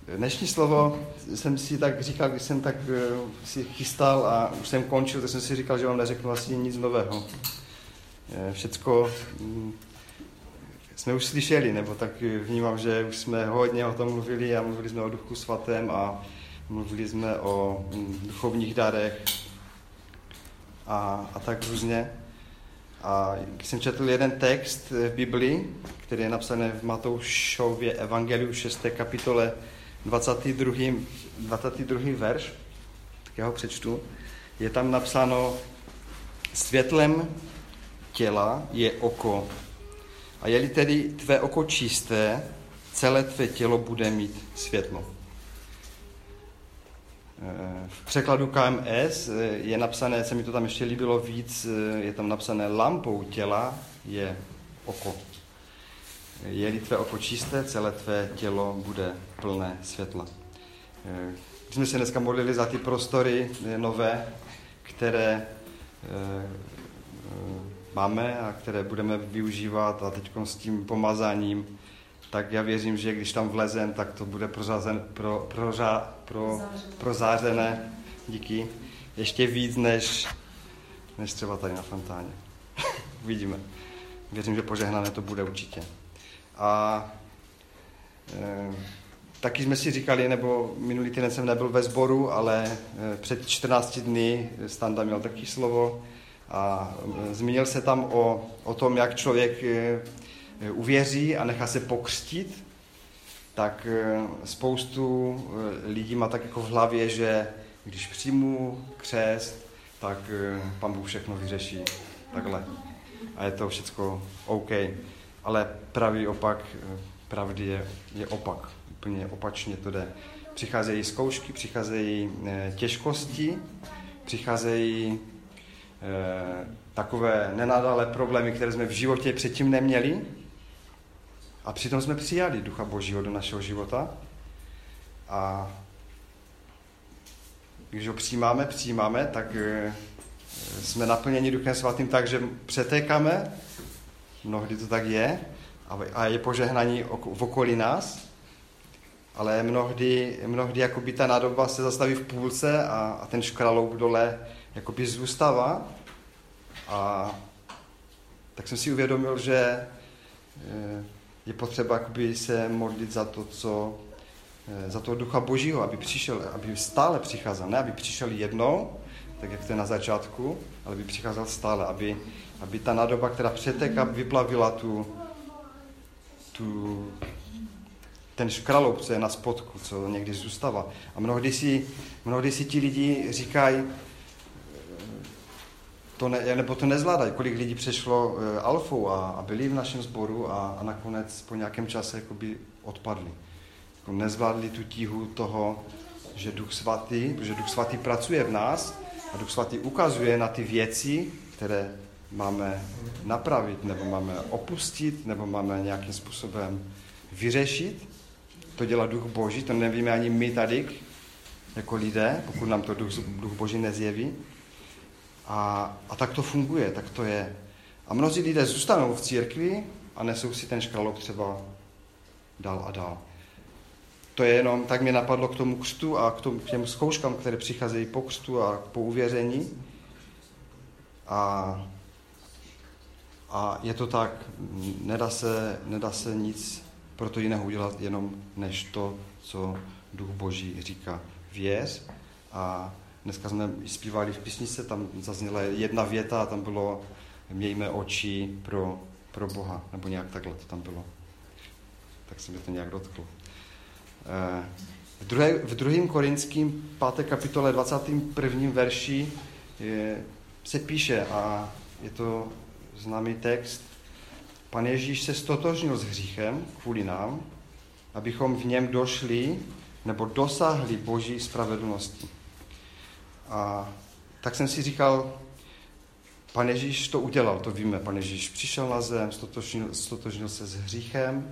Dnešní slovo jsem si tak říkal, když jsem tak si chystal a už jsem končil, tak jsem si říkal, že vám neřeknu asi nic nového. Všecko jsme už slyšeli, nebo tak vnímám, že už jsme hodně o tom mluvili a mluvili jsme o Duchu Svatém a mluvili jsme o duchovních darech a tak různě. A když jsem četl jeden text v Biblii, který je napsaný v Matoušově evangeliu 6. kapitole 22. verš, tak já ho přečtu, je tam napsáno: světlem těla je oko. A je-li tedy tvé oko čisté, celé tvé tělo bude mít světlo. V překladu KMS je napsané, se mi to tam ještě líbilo víc, je tam napsané: lampou těla je oko. Je-li tvé oko čisté, celé tvé tělo bude plné světla. Když jsme se dneska modlili za ty prostory nové, které máme a které budeme využívat a teď s tím pomazáním, tak já věřím, že když tam vlezem, tak to bude prozářené, díky, ještě víc než třeba tady na fontáně. Uvidíme. Věřím, že požehnané to bude určitě. A taky jsme si říkali, nebo minulý týden jsem nebyl ve sboru, ale před 14 dny Standa měl taky slovo a zmínil se tam o tom, jak člověk uvěří a nechá se pokřtít, tak spoustu lidí má tak jako v hlavě, že když přijmu křest, tak Pán Bůh všechno vyřeší takhle. A je to všecko OK. Ale pravý opak pravdy je opak. Úplně opačně to jde. Přicházejí zkoušky, přicházejí těžkosti, přicházejí takové nenadálé problémy, které jsme v životě předtím neměli. A přitom jsme přijali Ducha Božího do našeho života. A když ho přijímáme, tak jsme naplněni Duchem Svatým tak, že přetékáme. Mnohdy to tak je. A je požehnaní v okolí nás. Ale mnohdy jakoby ta nádoba se zastaví v půlce a ten škraloup dole jakoby zůstává. A tak jsem si uvědomil, že je potřeba jakoby se modlit za toho Ducha Božího, aby přišel, aby stále přicházel. Ne, aby přišel jednou, tak jak to je na začátku, ale aby přicházel stále, aby ta nádoba, která přetéká, vyplavila ten škraloup, co je na spodku, co někdy zůstává. A mnohdy si ti lidi říkají, nebo to nezvládají, kolik lidí přešlo alfou a byli v našem sboru a nakonec po nějakém čase jakoby odpadli. Jako nezvládli tu tíhu toho, že Duch Svatý pracuje v nás a Duch Svatý ukazuje na ty věci, které máme napravit, nebo máme opustit, nebo máme nějakým způsobem vyřešit. To dělá Duch Boží, to nevíme ani my tady, jako lidé, pokud nám to Duch Boží nezjeví. A tak to funguje, tak to je. A mnozí lidé zůstanou v církvi a nesou si ten škraloup třeba dál a dál. To je jenom, tak mě napadlo k tomu křtu a k těm zkouškám, které přicházejí po křtu a po uvěření. A je to tak, nedá se nic pro to jiného udělat, jenom než to, co Duch Boží říká. Věř. A dneska jsme zpívali v písničce, tam zazněla jedna věta a tam bylo: mějme oči pro Boha, nebo nějak takhle to tam bylo. Tak se mi to nějak dotklo. V 2. Korinským 5. kapitole 21. verši se píše, a je to známý text: Pan Ježíš se ztotožnil s hříchem kvůli nám, abychom v něm došli nebo dosáhli Boží spravedlnosti. A tak jsem si říkal, Pan Ježíš to udělal, to víme. Pan Ježíš přišel na zem, ztotožnil se s hříchem,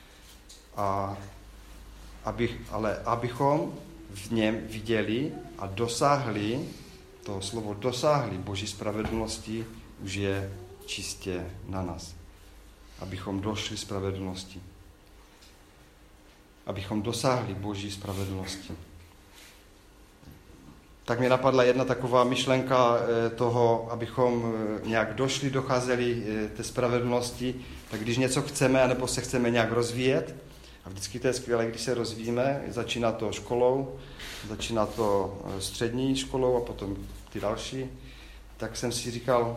ale abychom v něm viděli a dosáhli, to slovo dosáhli Boží spravedlnosti, už je čistě na nás. Abychom došli spravedlnosti. abychom dosáhli Boží spravedlnosti. Tak mě napadla jedna taková myšlenka toho, abychom nějak docházeli té spravedlnosti, tak když něco chceme, anebo se chceme nějak rozvíjet, a vždycky to je skvělé, když se rozvíjíme, začíná to školou, začíná to střední školou a potom ty další, tak jsem si říkal,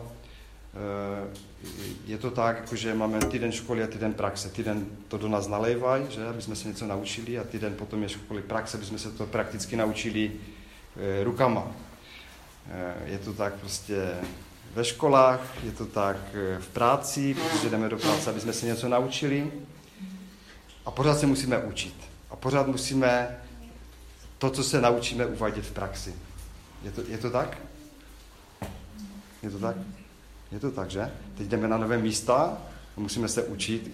je to tak, jako že máme týden školy a týden praxe. Týden to do nás nalévají, že, aby jsme se něco naučili, a týden potom je školy praxe, aby jsme se to prakticky naučili rukama. Je to tak prostě ve školách, je to tak v práci, protože jdeme do práce, aby jsme se něco naučili. A pořád se musíme učit. A pořád musíme to, co se naučíme, uvádět v praxi. Je to tak? Je to tak? Je to tak, že? Teď jdeme na nové místa a musíme se učit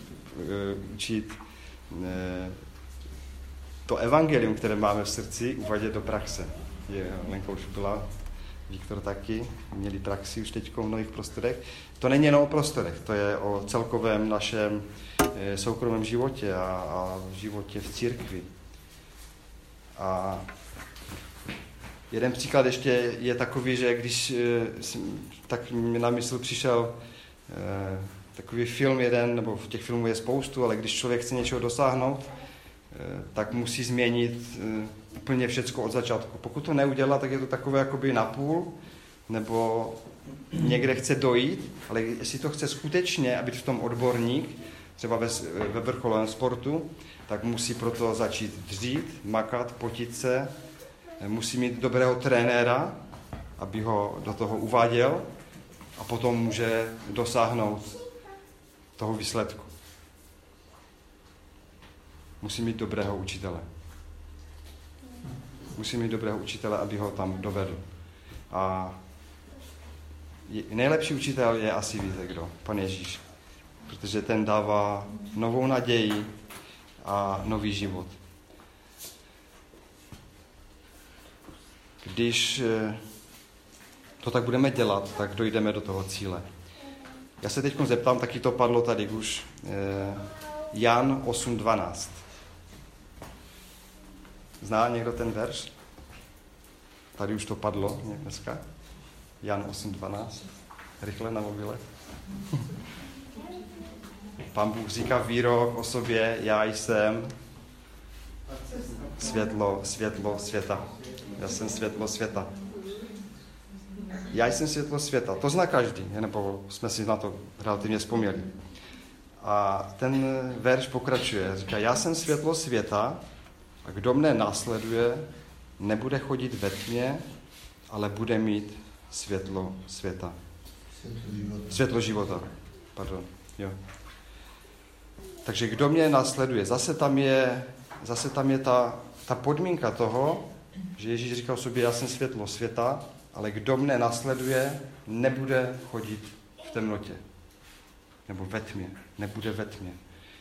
to evangelium, které máme v srdci, uvádět do praxe. Lenka už byla, Viktor taky, měli praxi už teď v mnohých prostorech. To není jen o prostorech, to je o celkovém našem soukromém životě a životě v církvi. A jeden příklad ještě je takový, že když tak mi na mysl přišel takový film jeden, nebo v těch filmů je spoustu, ale když člověk chce něčeho dosáhnout, tak musí změnit úplně všecko od začátku. Pokud to neudělá, tak je to takové jakoby napůl, nebo někde chce dojít, ale jestli to chce skutečně, aby v tom odborník, třeba ve vrcholovém sportu, tak musí proto začít dřít, makat, potit se, musí mít dobrého trenéra, aby ho do toho uváděl, a potom může dosáhnout toho výsledku. Musí mít dobrého učitele. Musí mít dobrého učitele, aby ho tam dovedl. A nejlepší učitel je asi, víte kdo? Pan Ježíš. Protože ten dává novou naději a nový život. Když to tak budeme dělat, tak dojdeme do toho cíle. Já se teď zeptám, taky to padlo tady už, Jan 8.12. Zná někdo ten verš? Tady už to padlo dneska. Jan 8.12. Rychle na mobile. Pán Bůh říká výrok o sobě: já jsem světlo světa. Já jsem světlo světa. Já jsem světlo světa. To zná každý, nebo jsme si na to relativně vzpomněli. A ten verš pokračuje. Říká: já jsem světlo světa a kdo mne následuje, nebude chodit ve tmě, ale bude mít světlo světa. Světlo života. Pardon. Jo. Takže kdo mě následuje? Zase tam je ta podmínka toho, že Ježíš říkal sobě: já jsem světlo světa, ale kdo mne následuje, nebude chodit v temnotě. Nebo ve tmě. Nebude ve tmě.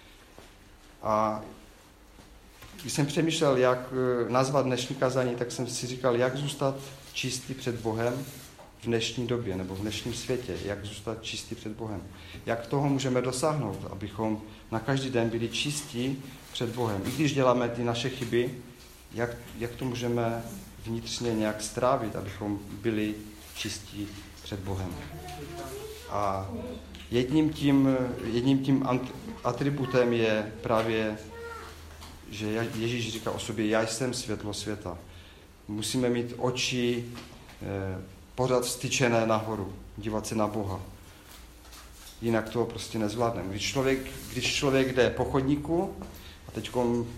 A když jsem přemýšlel, jak nazvat dnešní kázání, tak jsem si říkal, jak zůstat čistý před Bohem v dnešní době, nebo v dnešním světě. Jak zůstat čistý před Bohem. Jak toho můžeme dosáhnout, abychom na každý den byli čistí před Bohem. I když děláme ty naše chyby, jak to můžeme vnitřně nějak strávit, abychom byli čistí před Bohem. A jedním tím atributem je právě, že Ježíš říká o sobě: já jsem světlo světa. Musíme mít oči pořád vstyčené nahoru, dívat se na Boha. Jinak to prostě nezvládneme. Když člověk jde po chodníku a teď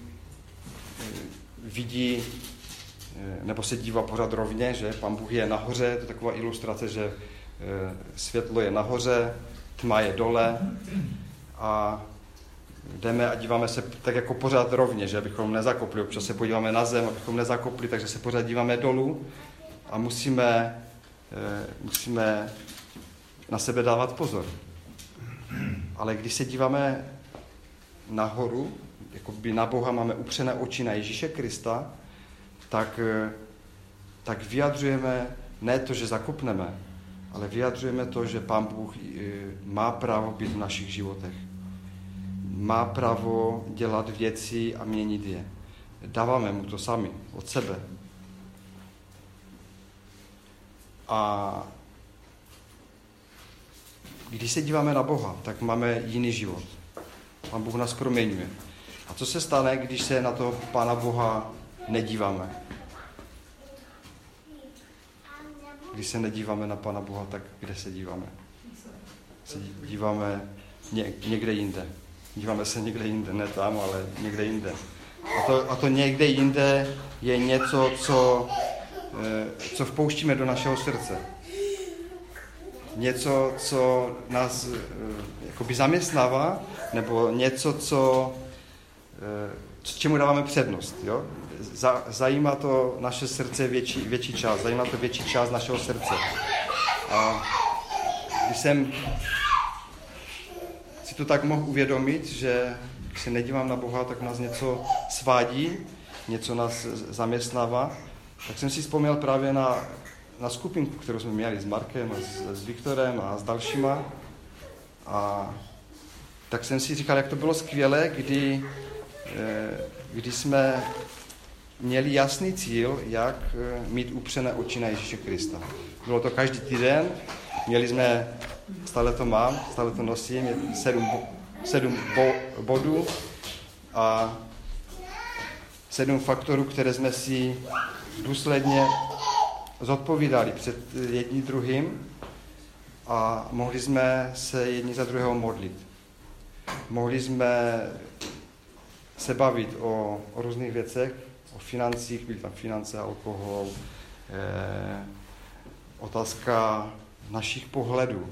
vidí, nebo se dívá pořád rovně, že Pán Bůh je nahoře, to je taková ilustrace, že světlo je nahoře, tma je dole a jdeme a díváme se tak jako pořád rovně, že abychom nezakopli. Občas se podíváme na zem, abychom nezakopli, takže se pořád díváme dolů a musíme na sebe dávat pozor. Ale když se díváme nahoru, jako by na Boha, máme upřené oči na Ježíše Krista, tak vyjadřujeme ne to, že zakopneme, ale vyjadřujeme to, že Pán Bůh má právo být v našich životech. má právo dělat věci a měnit je. Dáváme mu to sami, od sebe. A když se díváme na Boha, tak máme jiný život. Pán Bůh nás proměňuje. A co se stane, když se na toho Pána Boha nedíváme? Když se nedíváme na Pána Boha, tak kde se díváme? Se díváme někde jinde. Díváme se někde jinde, ne tam, ale někde jinde. A to někde jinde je něco, co vpouštíme do našeho srdce. Něco, co nás jakoby zaměstnává, nebo něco, čemu dáváme přednost. Jo? Zajímá to naše srdce větší část, zajímá to větší část našeho srdce. A když jsem si to tak mohl uvědomit, že když se nedívám na Boha, tak nás něco svádí, něco nás zaměstnává, tak jsem si vzpomněl právě na skupinku, kterou jsme měli s Markem, s Viktorem a s dalšíma. A tak jsem si říkal, jak to bylo skvělé, kdy jsme měli jasný cíl, jak mít upřené oči na Ježíše Krista. Bylo to každý týden, měli jsme, stále to mám, stále to nosím, 7 bodů a 7 faktorů, které jsme si důsledně zodpovídali před jedním druhým a mohli jsme se jedni za druhého modlit. Mohli jsme se bavit o různých věcech, o financích, byly tam finance, alkohol, otázka našich pohledů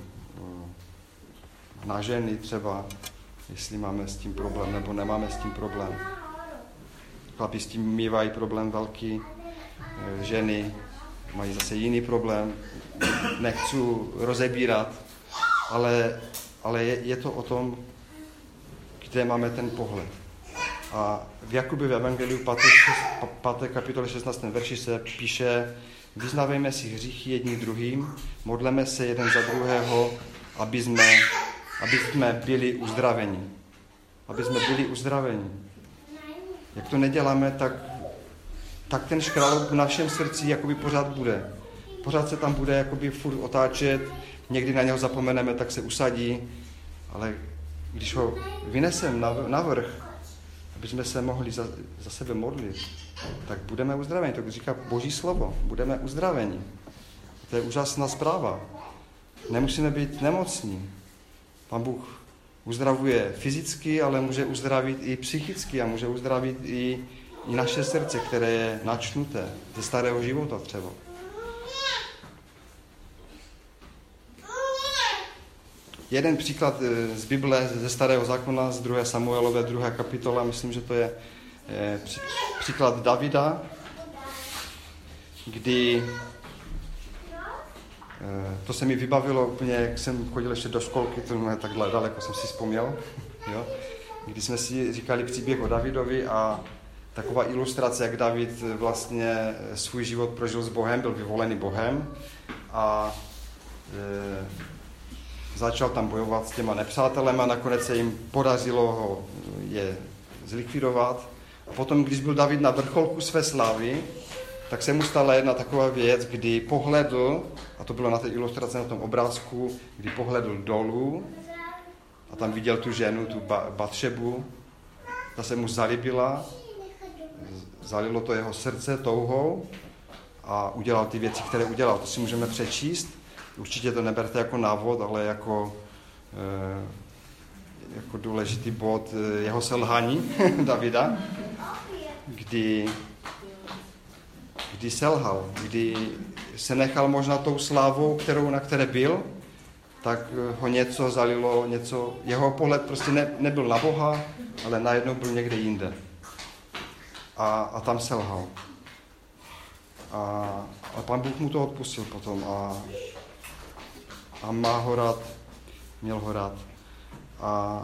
na ženy třeba, jestli máme s tím problém nebo nemáme s tím problém. Chlapi s tím mívají problém velký, ženy mají zase jiný problém, nechci rozebírat, ale je to o tom, kde máme ten pohled. A v Jakubově evangeliu 5. kapitole 16. verši se píše: vyznávejme si hříchy jedni druhým, modleme se jeden za druhého, aby jsme byli uzdraveni. Aby jsme byli uzdraveni. Jak to neděláme, tak ten škrálob v našem srdci jakoby pořád bude. Pořád se tam bude jakoby furt otáčet, někdy na něho zapomeneme, tak se usadí, ale když ho vynesem na vrch, aby jsme se mohli za sebe modlit, tak budeme uzdraveni. To říká Boží slovo, budeme uzdraveni. To je úžasná zpráva. Nemusíme být nemocní. Pán Bůh uzdravuje fyzicky, ale může uzdravit i psychicky a může uzdravit i naše srdce, které je načnuté ze starého života třeba. Jeden příklad z Bible, ze starého zákona, z 2. Samuelové 2. kapitola, myslím, že to je příklad Davida, kdy to se mi vybavilo úplně, jak jsem chodil ještě do školky, to ne takhle daleko jsem si vzpomněl, jo? Kdy jsme si říkali příběh o Davidovi a taková ilustrace, jak David vlastně svůj život prožil s Bohem, byl vyvolený Bohem a začal tam bojovat s těma nepřátelema, nakonec se jim podařilo je zlikvidovat. A potom, když byl David na vrcholku své slávy, tak se mu stala jedna taková věc, kdy pohledl, a to bylo na té ilustraci, na tom obrázku, kdy pohledl dolů a tam viděl tu ženu, tu Batšebu, ta se mu zalíbila, zalilo to jeho srdce touhou a udělal ty věci, které udělal. To si můžeme přečíst. Určitě to neberte jako návod, ale jako důležitý bod jeho selhání Davida, kdy selhal, kdy se nechal možná tou slávou, na které byl, tak ho něco zalilo, jeho pohled prostě nebyl na Boha, ale najednou byl někde jinde. A tam selhal. A Pán Bůh mu to odpustil potom a má ho rád, měl ho rád. A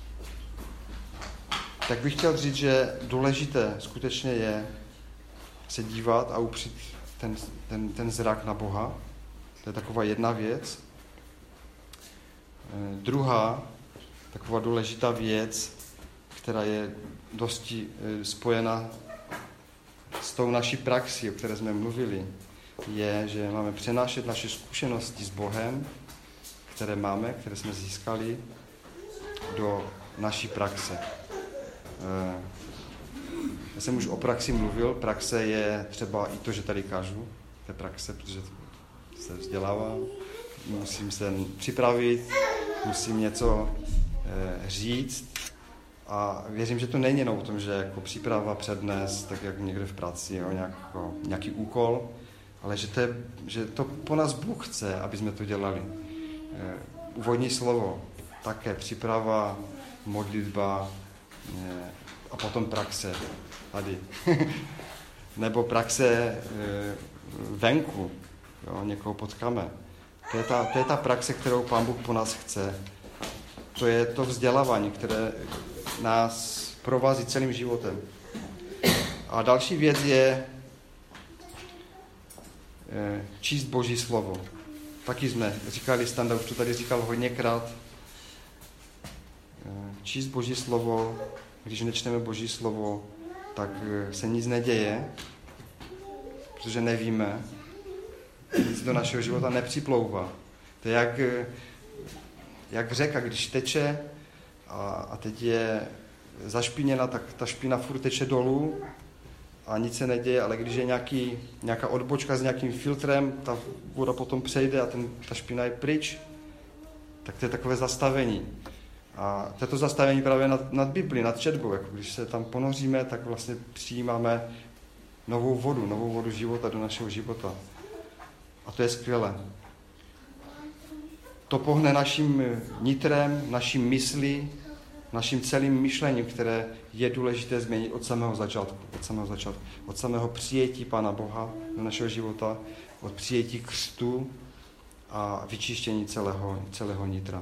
tak bych chtěl říct, že důležité skutečně je se dívat a upřít ten zrak na Boha. To je taková jedna věc. Druhá taková důležitá věc která je dosti spojena s tou naší praxí, o které jsme mluvili, je, že máme přenášet naše zkušenosti s Bohem, které máme, které jsme získali, do naší praxe. Já jsem už o praxi mluvil. Praxe je třeba i to, že tady kážu. To je praxe, protože se vzdělávám. Musím se připravit, musím něco říct. A věřím, že to není jenom o tom, že jako příprava, přednes, tak jak někde v práci, jo, nějaký úkol, ale že to po nás Bůh chce, aby jsme to dělali. Úvodní slovo, také příprava, modlitba a potom praxe tady. Nebo praxe venku, jo, někoho potkáme. To je ta praxe, kterou Pán Bůh po nás chce. To je to vzdělávání, které nás provází celým životem. A další věc je číst Boží slovo. Taky jsme říkali, Standa už to tady říkal hodněkrát. Číst Boží slovo, když nečteme Boží slovo, tak se nic neděje, protože nevíme, nic do našeho života nepřiplouvá. To je jak řeka, když teče a teď je zašpiněna, tak ta špína furt teče dolů a nic se neděje, ale když je nějaká odbočka s nějakým filtrem, ta voda potom přejde a ta špína je pryč, tak to je takové zastavení. A toto zastavení právě nad Biblí, nad četbou, jako když se tam ponoříme, tak vlastně přijímáme novou vodu života do našeho života. A to je skvělé. To pohne naším nitrem, naším myslí, naším celým myšlením, které je důležité změnit od samého začátku. Od samého přijetí Pána Boha do našeho života, od přijetí křtu a vyčištění celého nitra.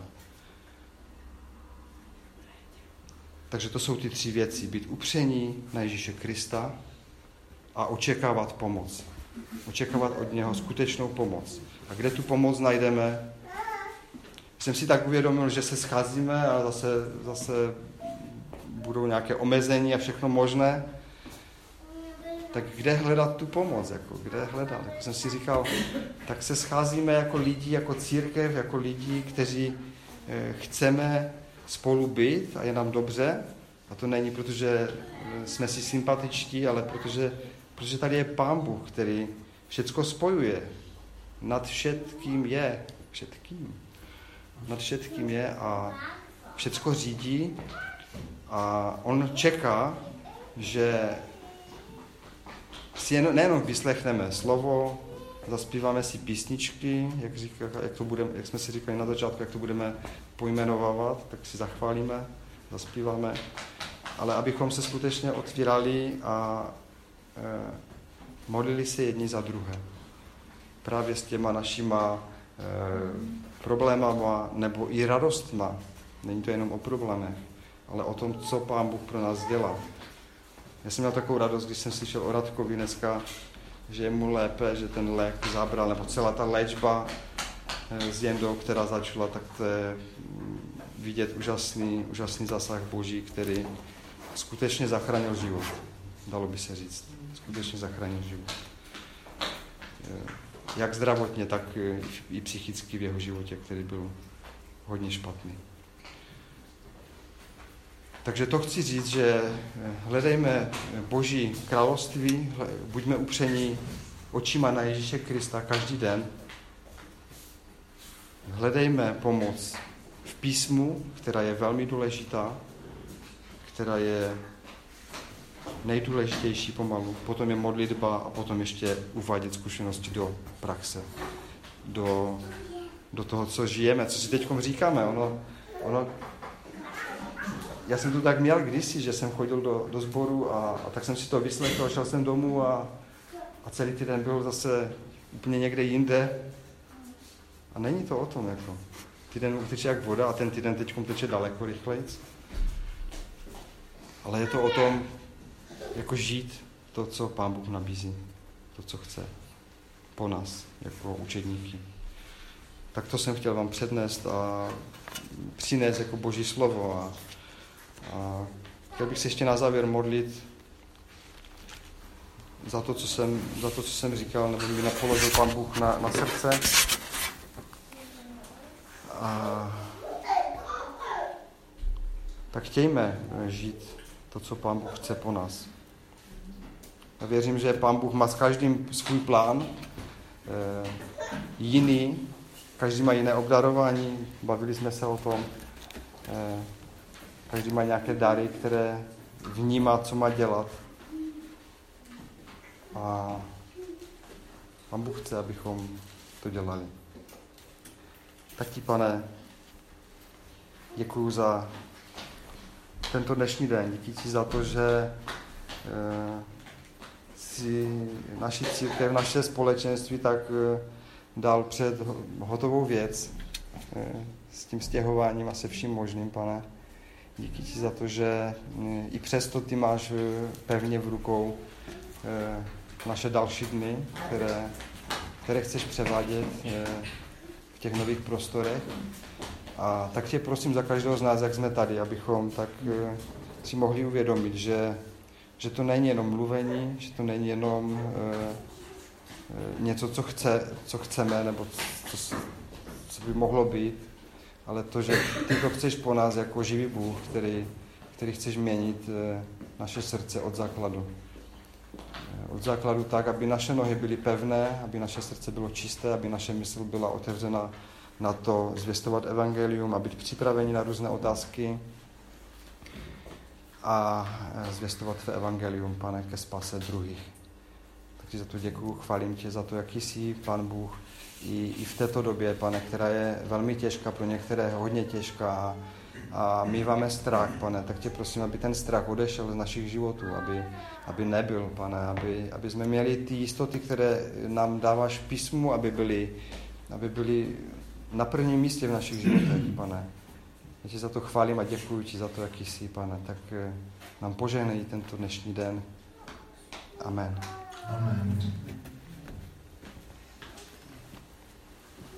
Takže to jsou ty 3 věci. Být upření na Ježíše Krista a očekávat pomoc. Očekávat od něho skutečnou pomoc. A kde tu pomoc najdeme? Jsem si tak uvědomil, že se scházíme a zase budou nějaké omezení a všechno možné. Tak kde hledat tu pomoc? Kde hledat? Jako jsem si říkal, tak se scházíme jako lidi, jako církev, jako lidi, kteří chceme spolu být a je nám dobře. A to není, protože jsme si sympatičtí, ale protože tady je Pán Bůh, který všecko spojuje. Nad všetkým je. Nad všetkým je a všecko řídí. A on čeká, že si nejenom vyslechneme slovo, zaspíváme si písničky, jak jsme si říkali na začátku, jak to budeme pojmenovávat, tak si zachválíme, zaspíváme, ale abychom se skutečně otvírali a modlili se jedni za druhé. Právě s těma našima problémama nebo i radostma. Není to jenom o problémech, ale o tom, co Pán Bůh pro nás dělá. Já jsem měl takovou radost, když jsem slyšel o Radkovi dneska, že je mu lépe, že ten lék zabral, nebo celá ta léčba s Jendou, která začala, tak to je vidět úžasný zásah Boží, který skutečně zachránil život. Dalo by se říct. Skutečně zachránil život. Jak zdravotně, tak i psychicky v jeho životě, který byl hodně špatný. Takže to chci říct, že hledejme Boží království, buďme upření očima na Ježíše Krista každý den. Hledejme pomoc v písmu, která je velmi důležitá, která je nejdůležitější pomalu. Potom je modlitba a potom ještě uvádět zkušenosti do praxe, do toho, co žijeme, co si teďkom říkáme. Já jsem to tak měl kdysi, že jsem chodil do sboru a tak jsem si to vyslechl, šel jsem domů a celý týden byl zase úplně někde jinde. A není to o tom, jako. Týden uteče jak voda a ten týden teďkom teče daleko rychlejc. Ale je to o tom, jako žít to, co Pán Bůh nabízí, to, co chce po nás, jako učedníky. Tak to jsem chtěl vám přednést a přinést jako Boží slovo a chtěl bych se ještě na závěr modlit za to, co jsem říkal, nebo mi napoložil Pán Bůh na srdce. A tak chtějme žít to, co Pán Bůh chce po nás. Já věřím, že Pán Bůh má s každým svůj plán, jiný, každý má jiné obdarování, bavili jsme se o tom, každý má nějaké dary, které vnímá, co má dělat. A Pán Bůh chce, abychom to dělali. Tak ti, Pane, děkuju za tento dnešní den. Díky ti za to, že si naši církev, naše společenství tak dal před hotovou věc s tím stěhováním a se vším možným, Pane. Díky ti za to, že i přesto ty máš pevně v rukou naše další dny, které chceš převádět v těch nových prostorech. A tak tě prosím za každého z nás, jak jsme tady, abychom tak si mohli uvědomit, že to není jenom mluvení, že to není jenom něco, co chceme, nebo co by mohlo být, ale to, že ty to chceš po nás jako živý Bůh, který chceš měnit naše srdce od základu. Od základu tak, aby naše nohy byly pevné, aby naše srdce bylo čisté, aby naše mysl byla otevřena na to zvěstovat evangelium a být připraveni na různé otázky a zvěstovat tvé evangelium, Pane, ke spáse druhých. Tak ti za to děkuju, chválím tě za to, jaký jsi Pán Bůh i v této době, Pane, která je velmi těžká, pro některé hodně těžká a míváme strach, Pane, tak tě prosím, aby ten strach odešel z našich životů, aby nebyl, Pane, aby jsme měli ty jistoty, které nám dáváš v písmu, aby byly na prvním místě v našich životech, Pane. Já ti za to chválím a děkuji ti za to, jaký jsi, Pane. Tak nám požehnej tento dnešní den. Amen. Amen.